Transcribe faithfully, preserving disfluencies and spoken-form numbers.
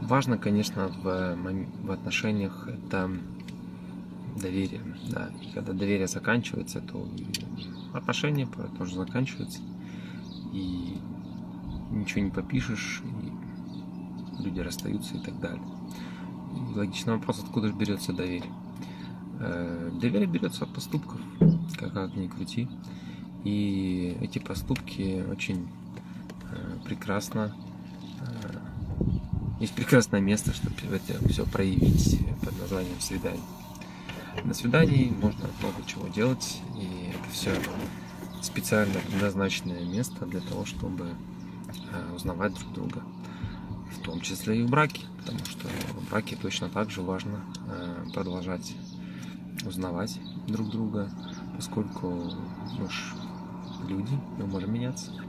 важно, конечно, в, в отношениях это доверие. Да. И когда доверие заканчивается, то отношения тоже заканчиваются. И ничего не попишешь, и люди расстаются и так далее. И логичный вопрос, откуда же берется доверие? Доверие берется от поступков, как ни крути. И эти поступки очень прекрасно. Есть прекрасное место, чтобы это все проявить под названием свидание. На свидании можно много чего делать, и это все специально предназначенное место для того, чтобы узнавать друг друга, в том числе и в браке, потому что в браке точно так же важно продолжать узнавать друг друга, поскольку мы же люди, мы можем меняться.